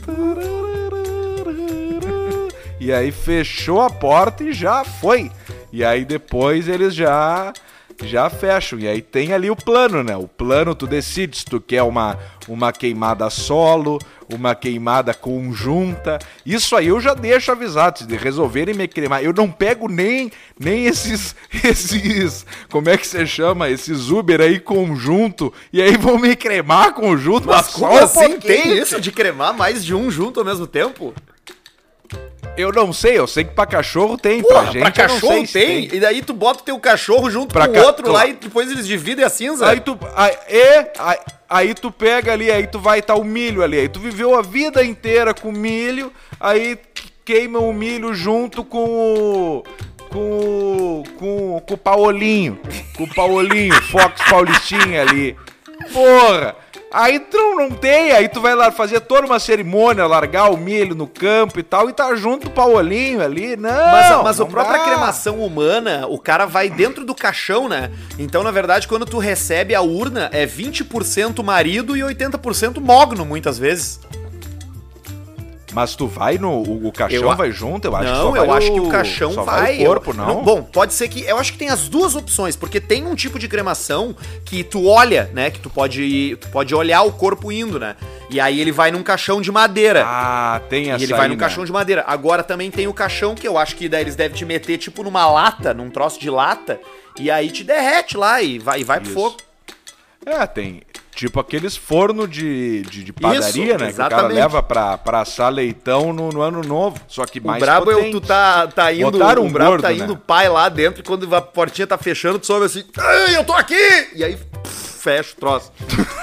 E aí fechou a porta e já foi. E aí depois eles já já fecham. E aí tem ali o plano, né? O plano tu decide se tu quer uma, uma queimada solo, uma queimada conjunta. Isso aí eu já deixo avisado, se de resolverem me cremar. Eu não pego nem, nem esses, esses, como é que você chama? Esses Uber aí conjunto. E aí vão me cremar conjunto. Mas como assim tem isso de cremar mais de um junto ao mesmo tempo? Eu não sei, eu sei que pra cachorro tem, Porra, pra gente pra cachorro eu não sei tem, tem. E daí tu bota o teu cachorro junto pra com o ca... outro claro. lá e depois eles dividem a cinza. Aí tu, aí, é, aí, aí tu pega ali, aí tu vai estar tá o milho ali, aí tu viveu a vida inteira com milho, aí queima o milho junto com o... com, com, com o Paulinho, com o Paulinho, Fox Paulistinha ali. Porra! Aí tu não tem, aí tu vai lá fazer toda uma cerimônia, largar o milho no campo e tal, e tá junto o Paulinho ali, não. Mas, mas não a própria dá. cremação humana, o cara vai dentro do caixão, né? Então, na verdade, quando tu recebe a urna, é vinte por cento marido e oitenta por cento mogno, muitas vezes. Mas tu vai no... O, o caixão eu, vai junto? Eu acho não, que só vai eu acho o, que o caixão só vai. vai o corpo, não? não? Bom, pode ser que... Eu acho que tem as duas opções, porque tem um tipo de cremação que tu olha, né? Que tu pode, tu pode olhar o corpo indo, né? E aí ele vai num caixão de madeira. Ah, tem essa E ele vai aí, num né? caixão de madeira. Agora também tem o caixão que eu acho que daí eles devem te meter tipo numa lata, num troço de lata, e aí te derrete lá e vai, e vai pro Isso. fogo. É, tem tipo aqueles forno de, de, de padaria, Isso, né? Que o cara exatamente. leva pra, pra assar leitão no, no ano novo. Só que O mais brabo é potente. o tu tá, tá indo, Botaram o um brabo gordo, tá indo né? pai lá dentro e quando a portinha tá fechando, tu sobe assim, ai, eu tô aqui! E aí, pff, fecha o troço.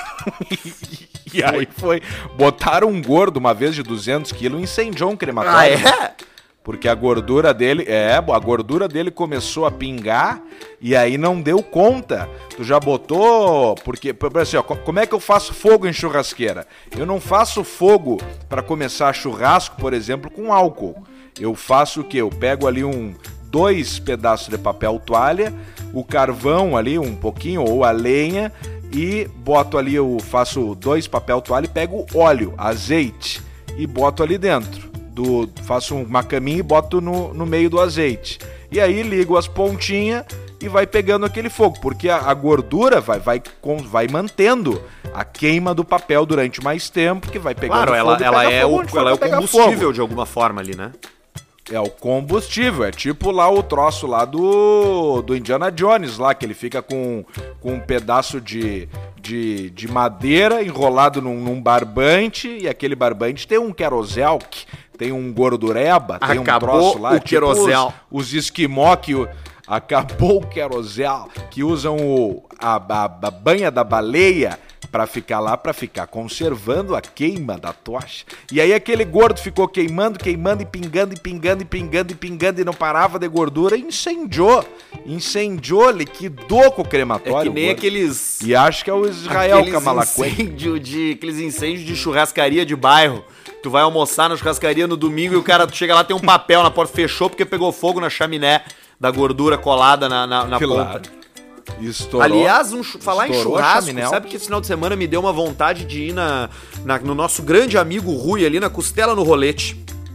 E aí foi. Botaram um gordo uma vez de duzentos quilos e incendiou um crematório. Ah, é? Porque a gordura dele, é, a gordura dele começou a pingar e aí não deu conta. Tu já botou, porque, por assim, ó, como é que eu faço fogo em churrasqueira? Eu não faço fogo para começar churrasco, por exemplo, com álcool. Eu faço o quê? Eu pego ali um, dois pedaços de papel toalha, o carvão ali um pouquinho, ou a lenha, e boto ali, eu faço dois papel toalha e pego óleo, azeite, e boto ali dentro. Do, faço uma caminha e boto no, no meio do azeite. E aí ligo as pontinhas e vai pegando aquele fogo, porque a, a gordura vai, vai, com, vai mantendo a queima do papel durante mais tempo, que vai pegando Claro, fogo ela, e ela, pega é fogo o, onde for ela é o pra pegar combustível fogo. de alguma forma ali, né? É o combustível, é tipo lá o troço lá do, do Indiana Jones lá, que ele fica com, com um pedaço de, de, de madeira enrolado num, num barbante, e aquele barbante tem um querosel, tem um gordureba, tem Acabou um troço lá, o querosel. Tipo os, os esquimó que o, acabou o querosel, que usam o, a, a, a banha da baleia pra ficar lá, pra ficar conservando a queima da tocha. E aí aquele gordo ficou queimando, queimando e pingando, e pingando, e pingando, e pingando, e não parava de gordura, e incendiou. Incendiou, liquidou com o crematório. É que nem gordo. aqueles... E acho que é o Israel aqueles Camalacuê. incêndio de Aqueles incêndios de churrascaria de bairro. Tu vai almoçar na churrascaria no domingo e o cara chega lá, tem um papel na porta, fechou porque pegou fogo na chaminé da gordura colada na, na, na Claro. ponta. Estourou. Aliás, um, chu- falar em Estourou a churrasco, chaminé. sabe que esse final de semana me deu uma vontade de ir na, na- no nosso grande amigo Rui ali na Costela no Rolete.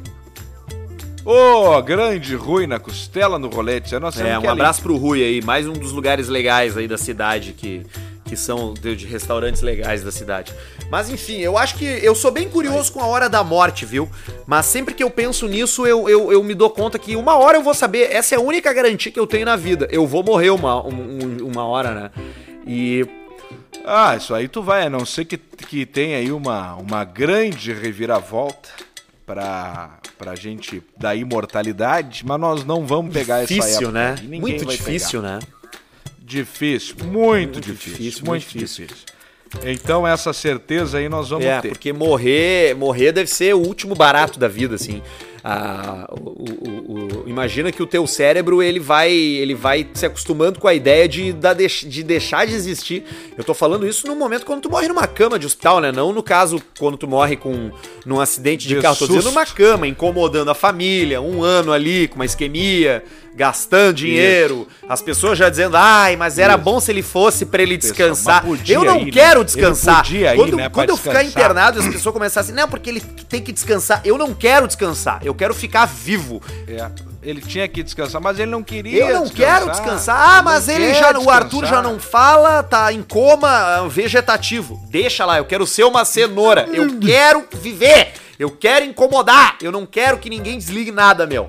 Ô, grande Rui na costela no rolete. Nós temos É, que um ir ali. abraço pro Rui aí, mais um dos lugares legais aí da cidade, que, que são de, de restaurantes legais da cidade. Mas enfim, eu acho que eu sou bem curioso com a hora da morte, viu? Mas sempre que eu penso nisso, eu, eu, eu me dou conta que uma hora eu vou saber, essa é a única garantia que eu tenho na vida. Eu vou morrer uma, um- uma hora, né? E Ah, isso aí tu vai, a não ser que, que tenha aí uma, uma grande reviravolta pra, pra gente dar imortalidade, mas nós não vamos pegar essa difícil, época. né? E ninguém Muito vai difícil, né? pegar. Difícil, muito, difícil, difícil, muito muito difícil. Então essa certeza aí nós vamos É, ter. porque morrer, morrer deve ser o último barato da vida, assim. Ah, o, o- o- imagina que o teu cérebro ele vai, ele vai se acostumando com a ideia de, da deix- de deixar de existir. Eu tô falando isso no momento quando tu morre numa cama de hospital, né? Não no caso quando tu morre com, num acidente de, De carro. Tô susto. dizendo numa cama, incomodando a família, um ano ali com uma isquemia, gastando dinheiro. As pessoas já dizendo, ai, mas era Isso. bom se ele fosse pra ele Pessoal, descansar. mas podia Eu não ir, né? quero Ele descansar. podia ir, quando né, pra quando eu ficar descansar. internado e as pessoas começarem assim, não, porque ele tem que descansar. Eu não quero descansar, eu quero ficar vivo. É, ele tinha que descansar, mas ele não queria Eu não descansar. quero descansar. Ah, Ele mas não ele quer já, o Arthur já descansar. não fala, tá em coma vegetativo. Deixa lá, eu quero ser uma cenoura. Eu quero viver. Eu quero incomodar. Eu não quero que ninguém desligue nada, meu.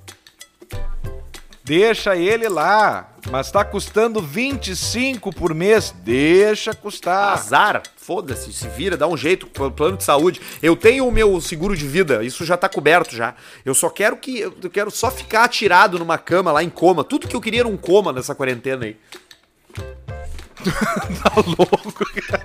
Deixa ele lá, mas tá custando vinte e cinco por mês. Deixa custar. Azar, foda-se, se vira, dá um jeito, plano de saúde. Eu tenho o meu seguro de vida, isso já tá coberto já. Eu só quero que eu quero só ficar atirado numa cama lá em coma. Tudo que eu queria era um coma nessa quarentena aí. Tá louco, cara.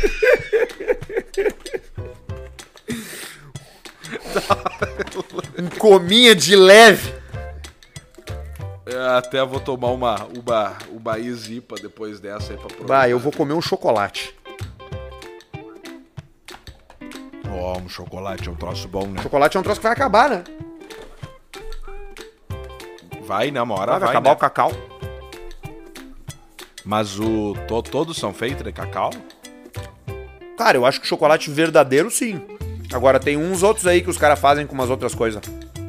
Um cominha de leve. É, até vou tomar uma uba, uba Zipa depois dessa aí pra provar. Vai, eu vou comer um chocolate. Ó, um chocolate é um troço bom, né? Chocolate é um troço que vai acabar, né? Vai, né? Uma hora Vai, vai, acabar né? o cacau. Mas o, to, todos são feitos de cacau? Cara, eu acho que chocolate verdadeiro, sim. Agora, tem uns outros aí que os caras fazem com umas outras coisas.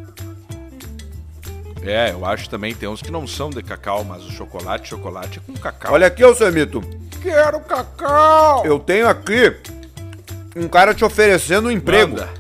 É, eu acho também, tem uns que não são de cacau, mas o chocolate, chocolate é com cacau. Olha aqui, ô Samito. quero cacau! Eu tenho aqui Um cara te oferecendo um emprego. Manda.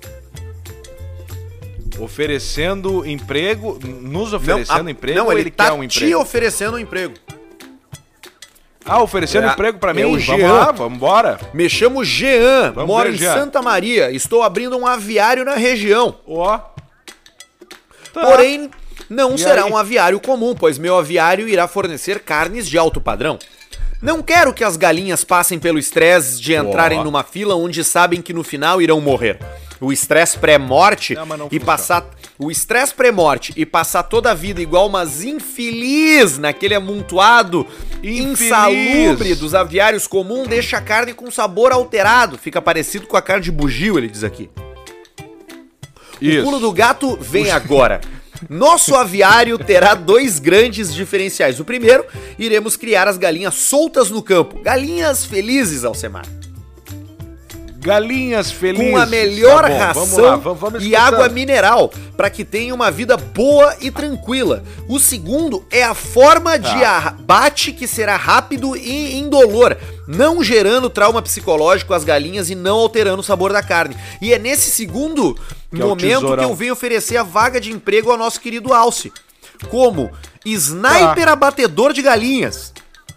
Oferecendo emprego, nos oferecendo não, a, emprego não, ou ele, ele tá quer um emprego? te oferecendo um emprego. Ah, oferecendo é, emprego pra mim? É o vamos Jean. lá, vamos embora. Me chamo Jean, Vamos moro ver, em Jean. Santa Maria. Estou abrindo um aviário na região. Ó. Tá. Porém, não E será aí? um aviário comum, pois meu aviário irá fornecer carnes de alto padrão. Não quero que as galinhas passem pelo estresse de entrarem Ó. numa fila onde sabem que no final irão morrer. O estresse pré-morte Não, mas não e funciona. passar o estresse pré-morte e passar toda a vida igual umas infeliz naquele amontoado Infeliz. insalubre dos aviários comum deixa a carne com sabor alterado, fica parecido com a carne de bugio, ele diz aqui. Isso. O pulo do gato vem agora. Nosso aviário terá dois grandes diferenciais. O primeiro, iremos criar as galinhas soltas no campo. Galinhas felizes, Alcemar. Galinhas felizes. Com a melhor Tá bom, ração vamos lá, vamos, vamos e escutando. água mineral, para que tenha uma vida boa e tranquila. O segundo é a forma de Tá. abate que será rápido e indolor, não gerando trauma psicológico às galinhas e não alterando o sabor da carne. E é nesse segundo Que é o momento que tesourão. eu venho oferecer a vaga de emprego ao nosso querido Alce, como sniper Tá. abatedor de galinhas.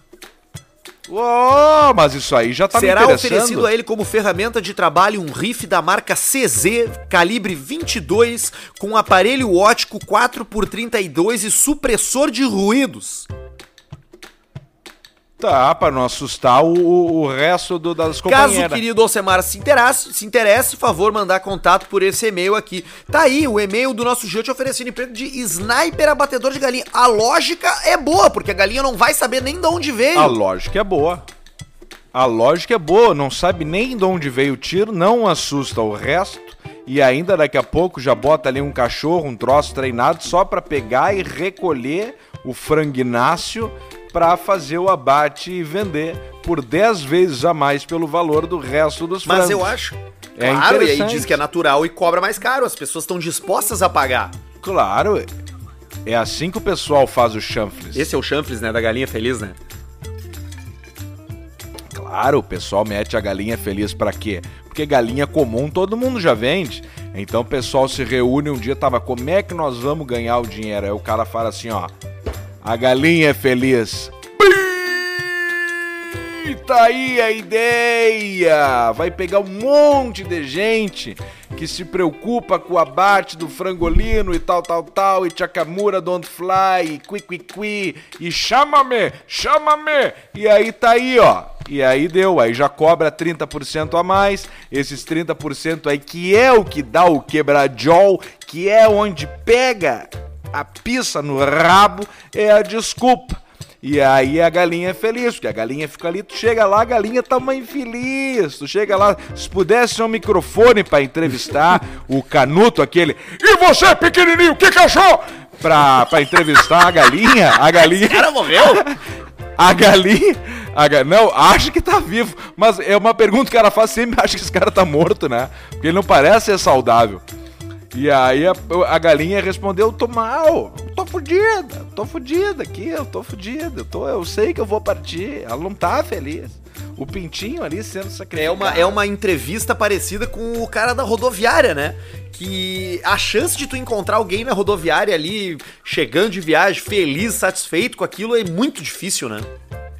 Oh, mas isso aí já tá Será me interessando. oferecido a ele como ferramenta de trabalho um rifle da marca C Z, calibre vinte e dois, com aparelho óptico quatro por trinta e dois e supressor de ruídos. Tá, pra não assustar o, o, o resto do, das Caso companheiras. o querido Alcemar se interesse, se interesse, favor mandar contato por esse e-mail aqui. Tá aí o e-mail do nosso Jean te oferecendo emprego de sniper abatedor de galinha. A lógica é boa, porque a galinha não vai saber nem de onde veio. A lógica é boa. A lógica é boa, não sabe nem de onde veio o tiro, não assusta o resto. E ainda daqui a pouco já bota ali um cachorro, um troço treinado só pra pegar e recolher o franguináceo pra fazer o abate e vender por dez vezes a mais pelo valor do resto dos frangos. Mas eu acho. É Claro, e aí interessante. diz que é natural e cobra mais caro. As pessoas estão dispostas a pagar. Claro, é assim que o pessoal faz o chanfles. Esse é o chanfles, né? Da galinha feliz, né? Claro, o pessoal mete a galinha feliz pra quê? Porque galinha comum todo mundo já vende. Então o pessoal se reúne um dia, tava, como é que nós vamos ganhar o dinheiro? Aí o cara fala assim, ó, a galinha é feliz. Ih, tá aí a ideia! Vai pegar um monte de gente que se preocupa com o abate do frangolino e tal, tal, tal, e Chakamura don't fly, e qui, qui, qui, e chama-me, chama-me! E aí tá aí, ó. E aí deu, aí já cobra trinta por cento a mais, esses trinta por cento aí que é o que dá o quebradiol, que é onde pega a pizza no rabo, é a desculpa. E aí a galinha é feliz, porque a galinha fica ali, tu chega lá, a galinha tá mãe feliz, tu chega lá, se pudesse um microfone pra entrevistar o Canuto, aquele, e você pequenininho, que que achou? Pra, pra entrevistar a galinha, a galinha... O cara morreu? A galinha... A ga... Não, acho que tá vivo, mas é uma pergunta que ela faz sempre, acha que esse cara tá morto, né? Porque ele não parece ser saudável. E aí a, a galinha respondeu, tô mal, tô fudida, tô fudida aqui, eu tô fudida, eu, tô, eu sei que eu vou partir, ela não tá feliz. O pintinho ali sendo sacrificado. É uma, é uma entrevista parecida com o cara da rodoviária, né? Que a chance de tu encontrar alguém na rodoviária ali, chegando de viagem, feliz, satisfeito com aquilo, é muito difícil, né?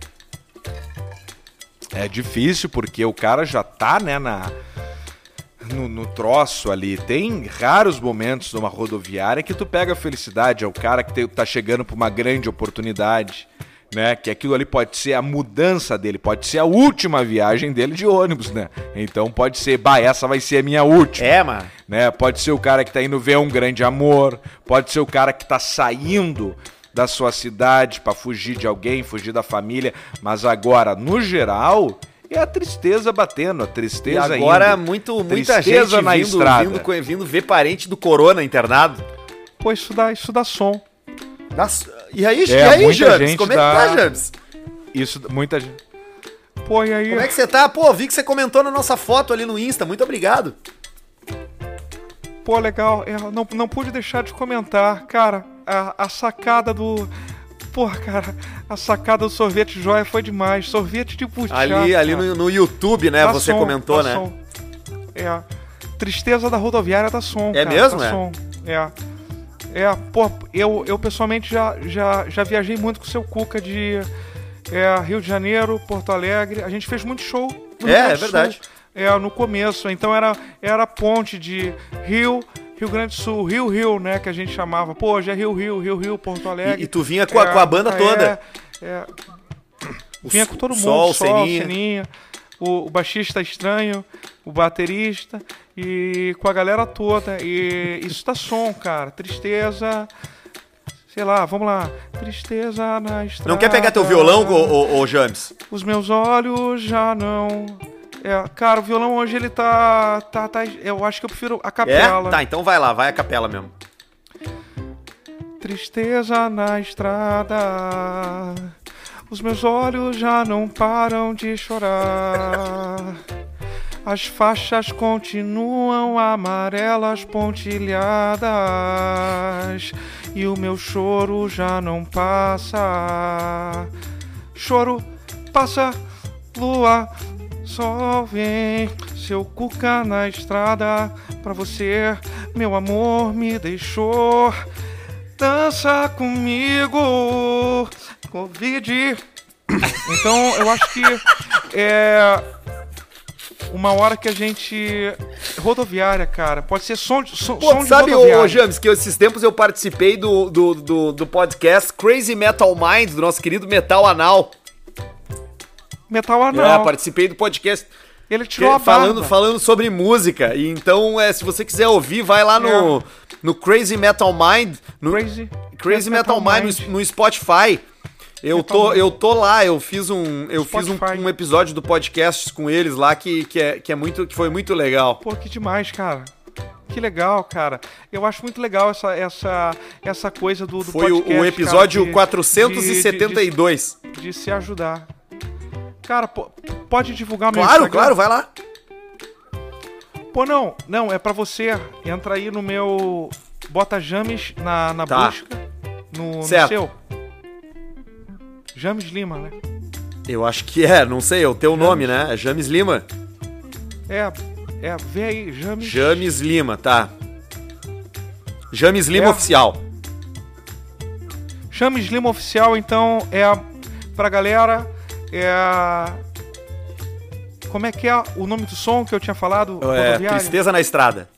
É difícil porque o cara já tá, né, na... No, no troço ali, tem raros momentos numa rodoviária que tu pega a felicidade, é o cara que te, tá chegando pra uma grande oportunidade, né, que aquilo ali pode ser a mudança dele, pode ser a última viagem dele de ônibus, né, então pode ser, bah, essa vai ser a minha última. É, mano. Né, pode ser o cara que tá indo ver um grande amor, pode ser o cara que tá saindo da sua cidade pra fugir de alguém, fugir da família, mas agora, no geral... É a tristeza batendo, a tristeza E agora indo. muito, muita Tristeza gente na vindo, estrada. vindo, vindo ver parente do corona internado. Pô, isso dá, isso dá som. Nossa, e aí, É, e aí muita James? gente Como é dá- que tá, James? Isso, muita gente... Pô, e aí? Como é que você tá? Pô, vi que você comentou na nossa foto ali no Insta, muito obrigado. Pô, legal. Eu não, não pude deixar de comentar. Cara, a, a sacada do... Pô, cara, a sacada do sorvete joia foi demais. Sorvete de puxar. Ali, ali no, no YouTube, né, Dá você som, comentou, dá né? som. É. Tristeza da rodoviária da Som, É cara, mesmo, da é? Som. É. É, pô, eu, eu pessoalmente já, já, já viajei muito com o seu Cuca de é, Rio de Janeiro, Porto Alegre. A gente fez muito show no É, Rio Grande é do Sul, verdade. é, no começo. Então era, era a ponte de Rio, Rio Grande do Sul, Rio, Rio, né, que a gente chamava. Pô, hoje é Rio, Rio, Rio, Rio, Porto Alegre. E, e tu vinha com a, é, com a banda toda. É, é, vinha com todo mundo, Sol, Sol, Seninha. Seninha, o, o baixista estranho, o baterista e com a galera toda. E isso dá som, cara. Tristeza, sei lá, vamos lá. Tristeza na estrada. Não quer pegar teu violão, ô, ô, ô James? Os meus olhos já não... É, cara, o violão hoje ele tá, tá, tá... Eu acho que eu prefiro a capela. É? Tá, então vai lá, vai a capela mesmo. Tristeza na estrada, os meus olhos já não param de chorar. As faixas continuam amarelas pontilhadas e o meu choro já não passa. Choro passa, lua, sol vem, seu Cuca na estrada. Pra você, meu amor, me deixou. Dança comigo, Covid. Então, eu acho que é uma hora que a gente... Rodoviária, cara. Pode ser som de, som, Pô, som de sabe, rodoviária. ô James, que esses tempos eu participei do, do, do, do podcast Crazy Metal Mind, do nosso querido Metal Anal. Metal É, anal. participei do podcast Ele tirou que- a falando, barba. falando sobre música. E então, é, se você quiser ouvir, vai lá no, É. no Crazy Metal Mind, no Crazy, Crazy Metal, Mind, no, no Spotify. Eu Metal tô, Mind. eu tô lá, eu fiz um, eu fiz um, Spotify. um episódio do podcast com eles lá que, que, é, que, é muito, que foi muito legal. Pô, que demais, cara. Que legal, cara. Eu acho muito legal essa, essa, essa coisa do, do Foi o, podcast, o episódio cara, de- quatrocentos e setenta e dois. De, de, de se ajudar. Cara, pô, pode divulgar meu Claro, Instagram? claro, vai lá. Pô, não, não, é pra você. Entra aí no meu... Bota James na, na Tá. busca. No, no Certo. seu. James Lima, né? Eu acho que é, não sei, é o teu nome, né? É James Lima. É, é, vê aí, James... James Lima, tá. James Lima É. Oficial. James Lima Oficial, então, é a, pra galera, é a... Como é que é o nome do som que eu tinha falado? É, Rodoviária? Tristeza na Estrada.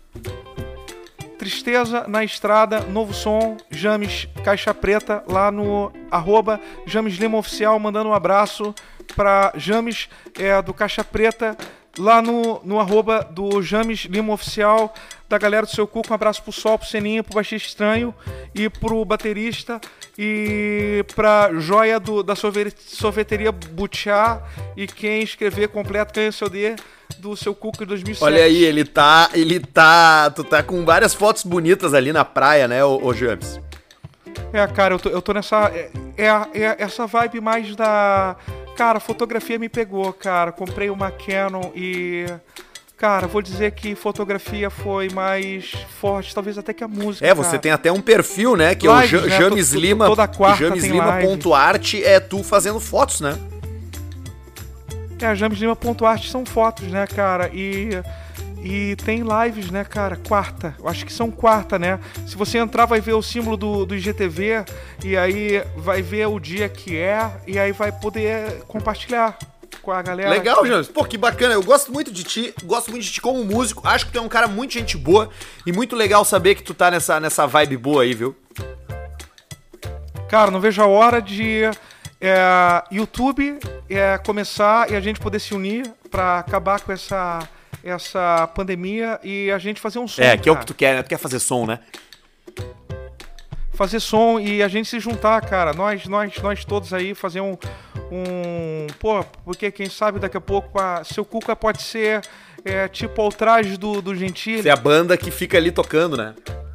Tristeza na Estrada, novo som, James Caixa Preta, lá no arroba James Lima Oficial, mandando um abraço pra James é, do Caixa Preta, lá no, no arroba do James Lima Oficial, da galera do Seu Cuca, um abraço pro Sol, pro Seninha, pro Baixista Estranho e pro baterista e pra joia do, da sorve- sorveteria Butiá, e quem escrever completo ganha o seu D do Seu Cuca de dois mil e sete. Olha aí, ele tá, ele tá, tu tá com várias fotos bonitas ali na praia, né, ô, ô James? É, cara, eu tô, eu tô nessa. É, é, é essa vibe mais da. Cara, fotografia me pegou, cara. Comprei uma Canon e. Cara, vou dizer que fotografia foi mais forte, talvez até que a música. É, você cara. tem até um perfil, né, que Lives, é o Ja- né? James To- to- Lima, toda quarta James tem Lima live. ponto art é tu fazendo fotos, né? É, James Lima ponto art são fotos, né, cara? E. E tem lives, né, cara? Quarta. Eu acho que são quarta, né? Se você entrar, vai ver o símbolo do, do I G T V. E aí vai ver o dia que é. E aí vai poder compartilhar com a galera. Legal, James. Pô, que bacana. Eu gosto muito de ti, gosto muito de ti como músico. Acho que tu é um cara muito gente boa e muito legal saber que tu tá nessa, nessa vibe boa aí, viu? Cara, não vejo a hora de é, YouTube é, começar e a gente poder se unir pra acabar com essa, essa pandemia e a gente fazer um som. É, que é o cara. que tu quer, né? Tu quer fazer som, né? Fazer som e a gente se juntar, cara. Nós, nós, nós todos aí fazer um, um, pô, porque quem sabe daqui a pouco a Seu Cuca pode ser é, tipo ao traje do, do Gentili. Ser a banda que fica ali tocando, né?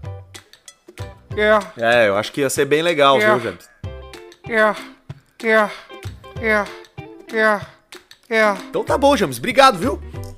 É, É, eu acho que ia ser bem legal, É. viu, James? é, é, é, é, é. Então tá bom, James. Obrigado, viu?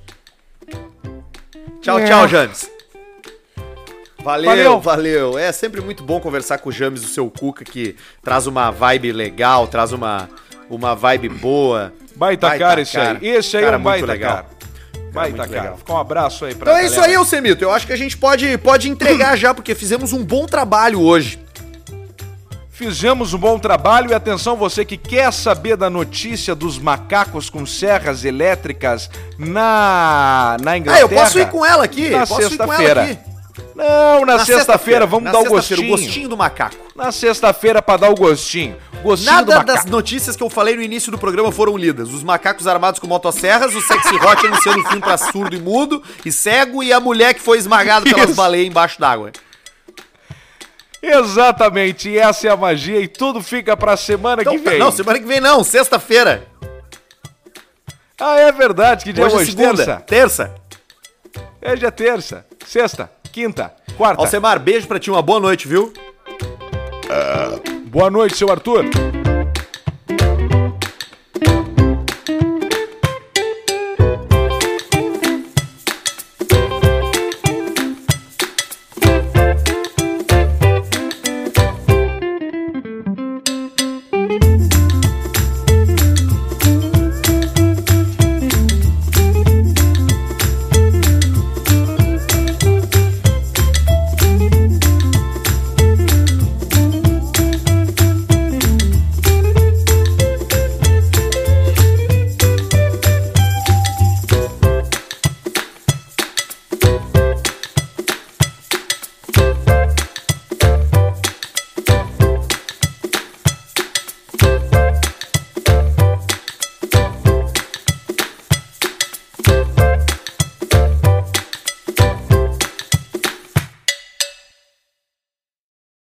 Tchau, É. tchau, James. Valeu, Valeu. valeu. É sempre muito bom conversar com o James, o Seu Cuca, que traz uma vibe legal, traz uma, uma vibe boa. Baita cara esse aí. Esse aí é um muito baita legal. cara. Vai, muito tá, cara. legal. Fica um abraço aí pra Então é galera. isso aí, Alcemito. Eu acho que a gente pode, pode entregar já, porque fizemos um bom trabalho hoje. Fizemos um bom trabalho e atenção você que quer saber da notícia dos macacos com serras elétricas na, na Ah, Inglaterra. eu posso ir com ela aqui? Na posso ir com ela sexta-feira. aqui. Não, na, sexta-feira, vamos na dar o sexta-feira, gostinho. o gostinho do macaco. Na sexta-feira pra dar o gostinho. Gostinho do Nada macaco. das notícias que eu falei no início do programa foram lidas. Os macacos armados com motosserras, o sexy hot anunciando o fim pra surdo e mudo e cego e a mulher que foi esmagada pelas Isso. baleias embaixo d'água. Exatamente, e essa é a magia e tudo fica pra semana Então, que vem. não, semana que vem não, sexta-feira. Ah, é verdade, que dia Hoje é é hoje? segunda. Terça? Terça. Hoje é terça, sexta, quinta, quarta. Alcemar, beijo pra ti, uma boa noite, viu? Boa noite, seu Arthur.